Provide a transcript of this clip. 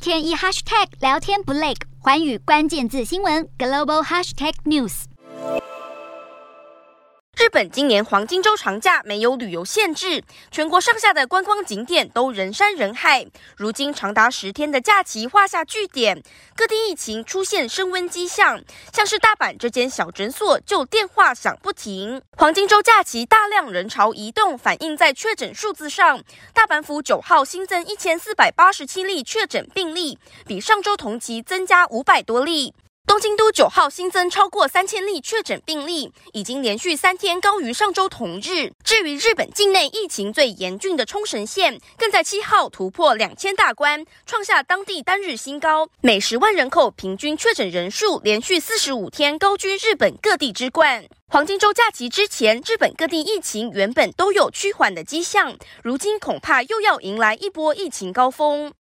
天一 hashtag 聊天不累，寰宇关键字新闻 global hashtag news。 日本今年黄金周长假没有旅游限制，全国上下的观光景点都人山人海。如今长达10天的假期画下句点，各地疫情出现升温迹象，像是大阪这间小诊所就电话响不停。黄金周假期大量人潮移动，反映在确诊数字上。大阪府9号新增1487例确诊病例，比上周同期增加500多例。东京都9号新增超过3000例确诊病例，已经连续3天高于上周同日。至于日本境内疫情最严峻的冲绳县，更在7号突破2000大关，创下当地单日新高，每10万人口平均确诊人数连续45天高居日本各地之冠。黄金周假期之前，日本各地疫情原本都有趋缓的迹象，如今恐怕又要迎来一波疫情高峰。